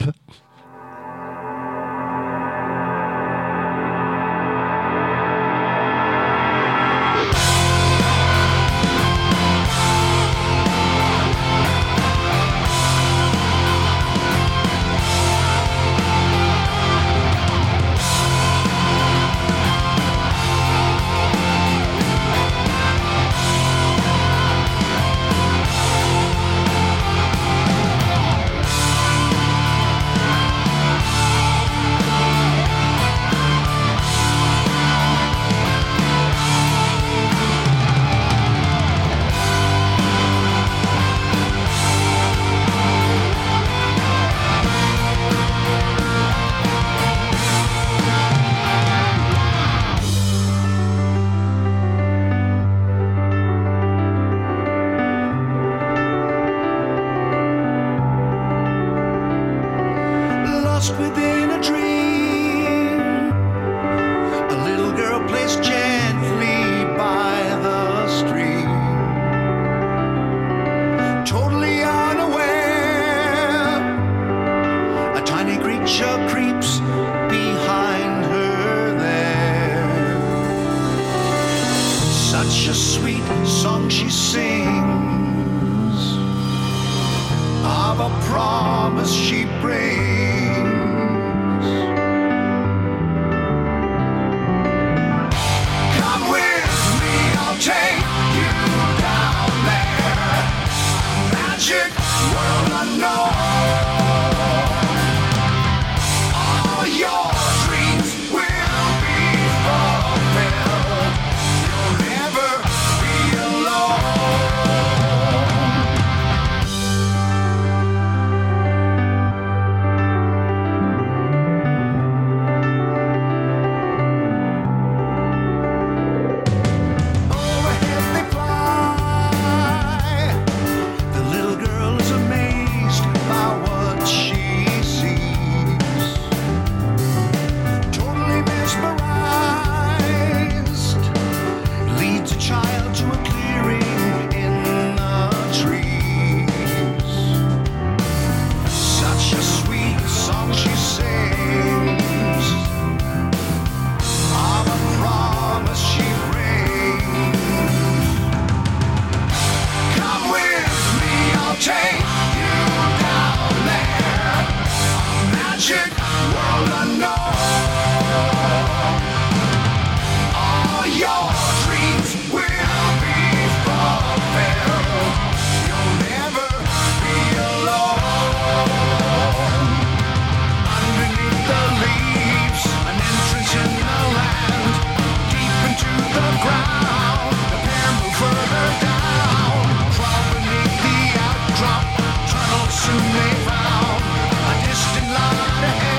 Speaker 3: Soon they found a distant light ahead.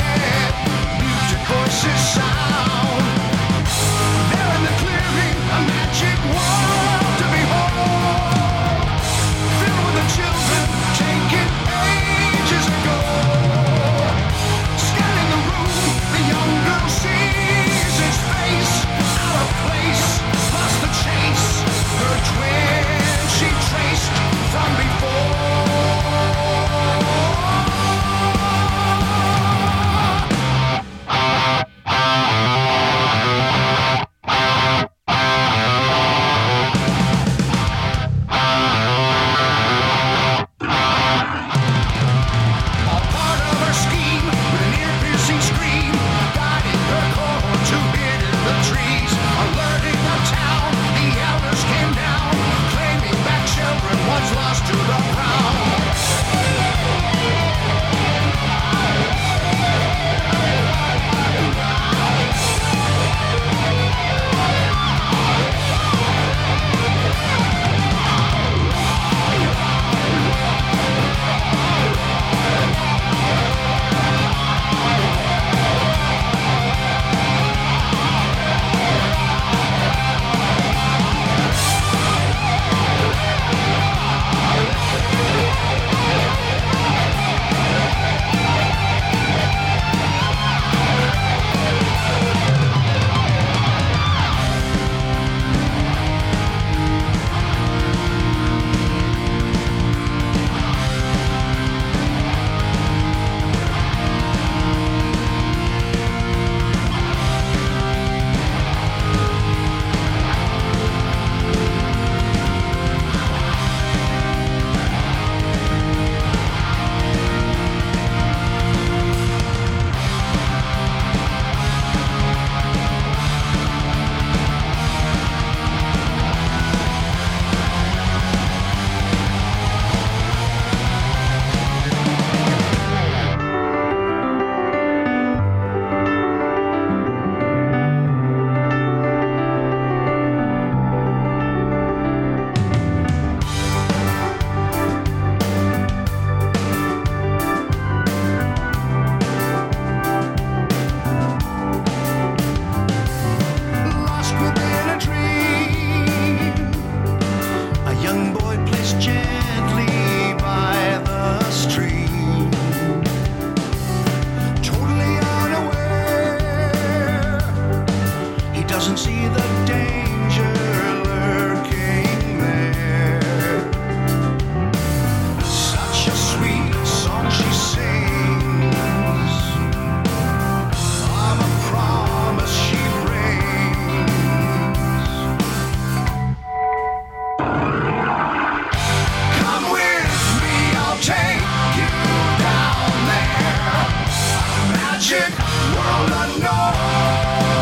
Speaker 3: magic world unknown.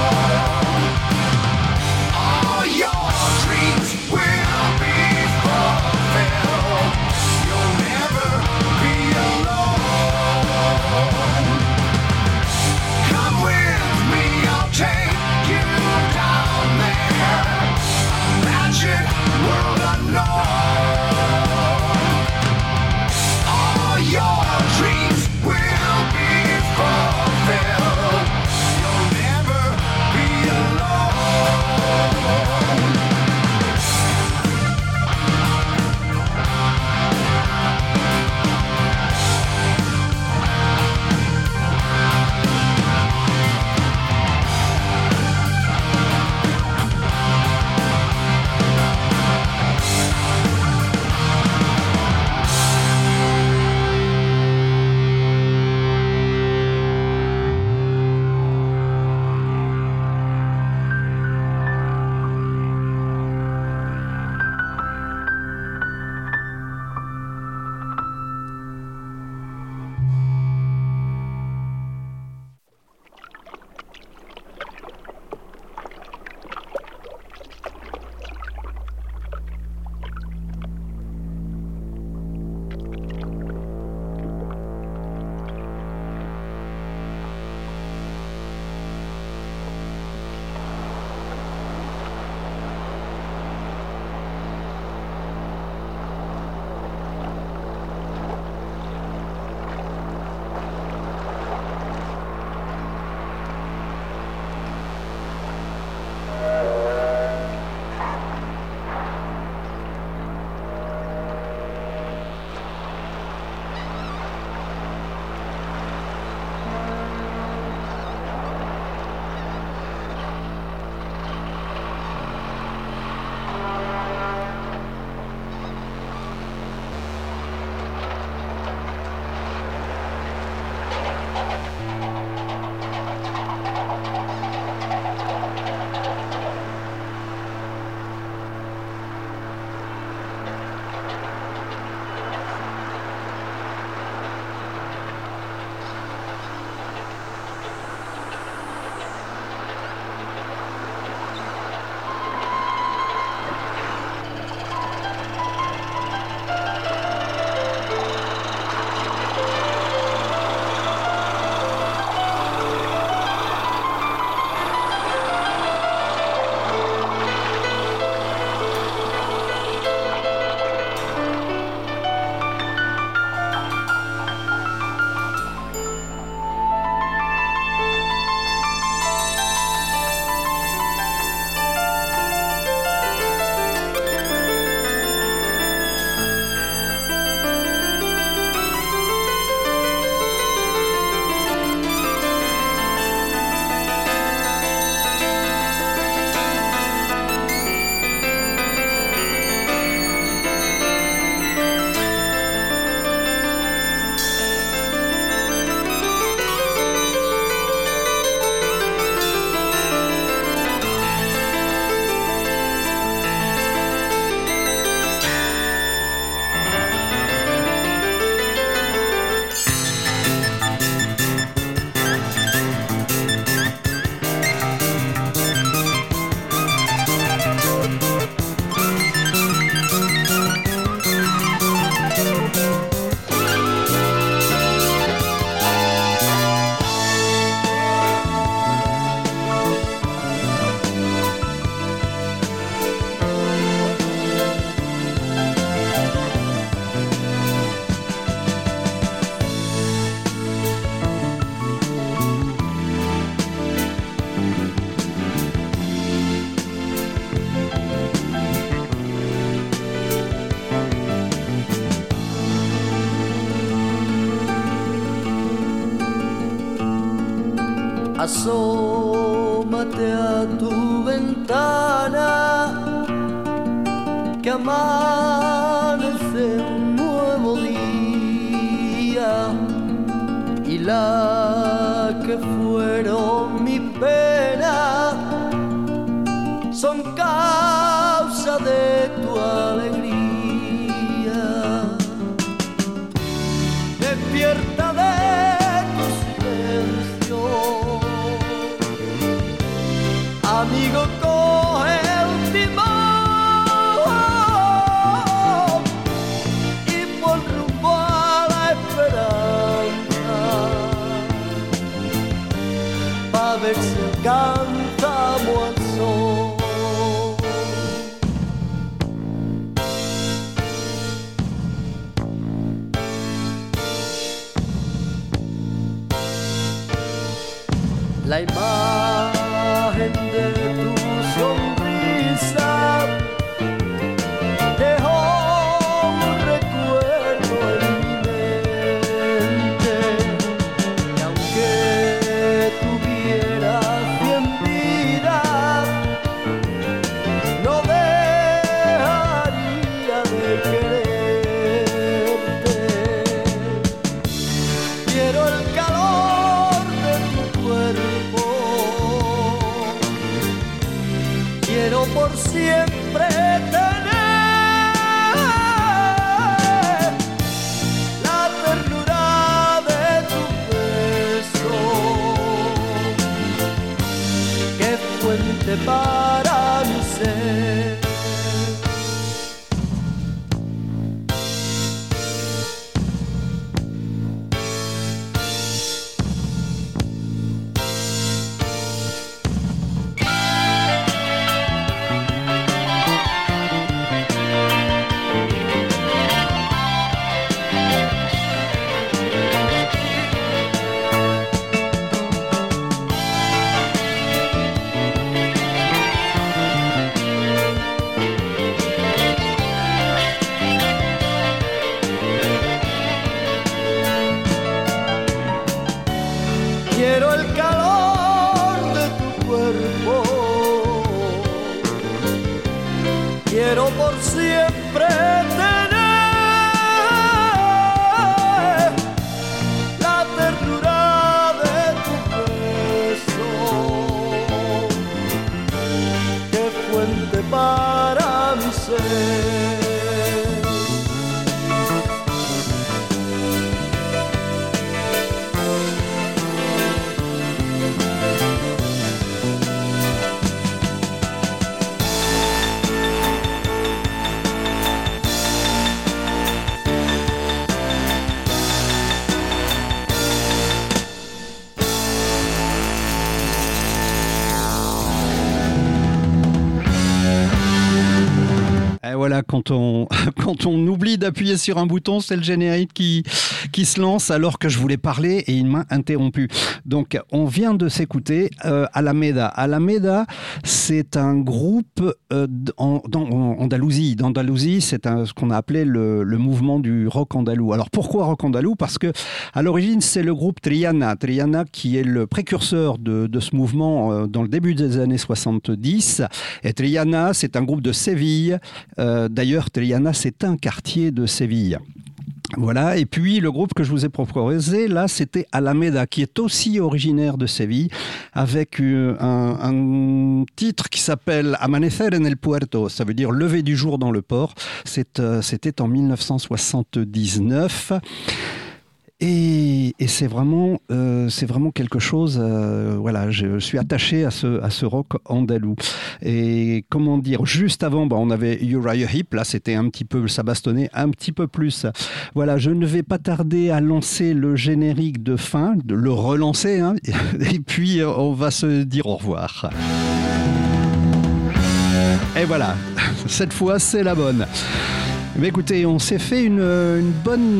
Speaker 3: All your dreams will be fulfilled. You'll never be alone. Come with me, I'll take you down there. A magic world unknown. All your dreams will be fulfilled. You'll never be alone.
Speaker 10: Asómate a tu ventana, que amanece un nuevo día, y la que fueron mi pena son causa de tu alegría. Despierta de tu silencio amigo, coge el timón y pon rumbo a la esperanza, pa' ver si alcanzamos al sol. La imagen de tu sonrisa dejó un recuerdo en mi mente, y aunque tuviera 100 vidas, no dejaría de quererte. Quiero el calor de tu cuerpo, quiero por siempre tener la ternura de tu beso, que es fuente para mi ser. Quiero el calor de tu cuerpo, quiero por siempre tener la ternura de tu beso, que es fuente para mi ser.
Speaker 2: Et voilà, quand on oublie d'appuyer sur un bouton, c'est le générique qui se lance alors que je voulais parler et il m'a interrompu. Donc, on vient de s'écouter Alameda. Alameda, c'est un groupe en Andalousie. D'Andalousie, c'est ce qu'on a appelé le mouvement du rock andalou. Alors, pourquoi rock andalou ? Parce que à l'origine, c'est le groupe Triana. Triana qui est le précurseur de ce mouvement dans le début des années 70. Et Triana, c'est un groupe de Séville. D'ailleurs, Triana, c'est un quartier de Séville. Voilà, et puis le groupe que je vous ai proposé, là, c'était Alameda, qui est aussi originaire de Séville, avec un titre qui s'appelle Amanecer en el Puerto, ça veut dire lever du jour dans le port. C'était en 1979. Et c'est vraiment quelque chose. Voilà, je suis attaché à ce rock andalou. Et comment dire, juste avant, on avait Uriah Heep. Là, c'était un petit peu, ça bastonnait un petit peu plus. Voilà, je ne vais pas tarder à lancer le générique de fin, de le relancer, hein, et puis on va se dire au revoir. Et voilà, cette fois, c'est la bonne. Mais écoutez, on s'est fait une bonne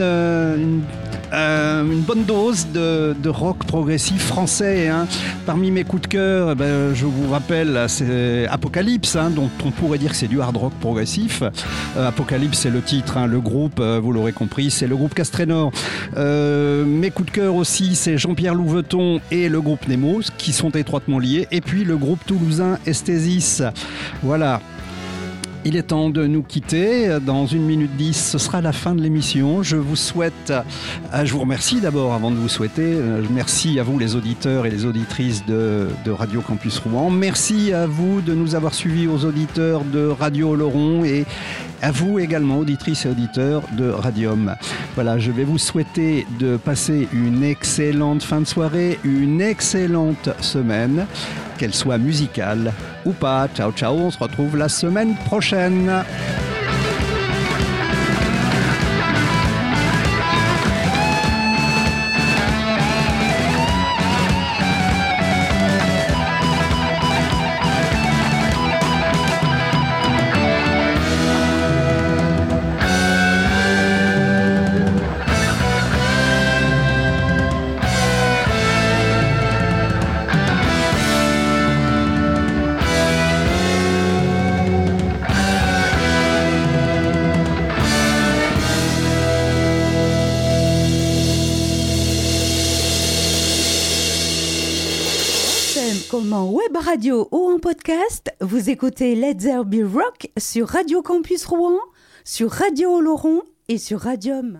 Speaker 2: dose de rock progressif français. Hein. Parmi mes coups de cœur, je vous rappelle, c'est Apocalypse, hein, dont on pourrait dire que c'est du hard rock progressif. Apocalypse, c'est le titre, hein, le groupe, vous l'aurez compris, c'est le groupe Castrénor. Mes coups de cœur aussi, c'est Jean-Pierre Louveton et le groupe Nemo, qui sont étroitement liés. Et puis le groupe toulousain Esthesis. Voilà. Il est temps de nous quitter. Dans 1 minute 10, ce sera la fin de l'émission. Je vous souhaite, je vous remercie d'abord avant de vous souhaiter. Merci à vous les auditeurs et les auditrices de Radio Campus Rouen. Merci à vous de nous avoir suivis, aux auditeurs de Radio Oloron, et à vous également, auditrices et auditeurs de Radium. Voilà, je vais vous souhaiter de passer une excellente fin de soirée, une excellente semaine. qu'elle soit musicale ou pas. Ciao, ciao, on se retrouve la semaine prochaine.
Speaker 1: Comme en web radio ou en podcast, vous écoutez Let There Be Rock sur Radio Campus Rouen, sur Radio Oloron et sur Radium.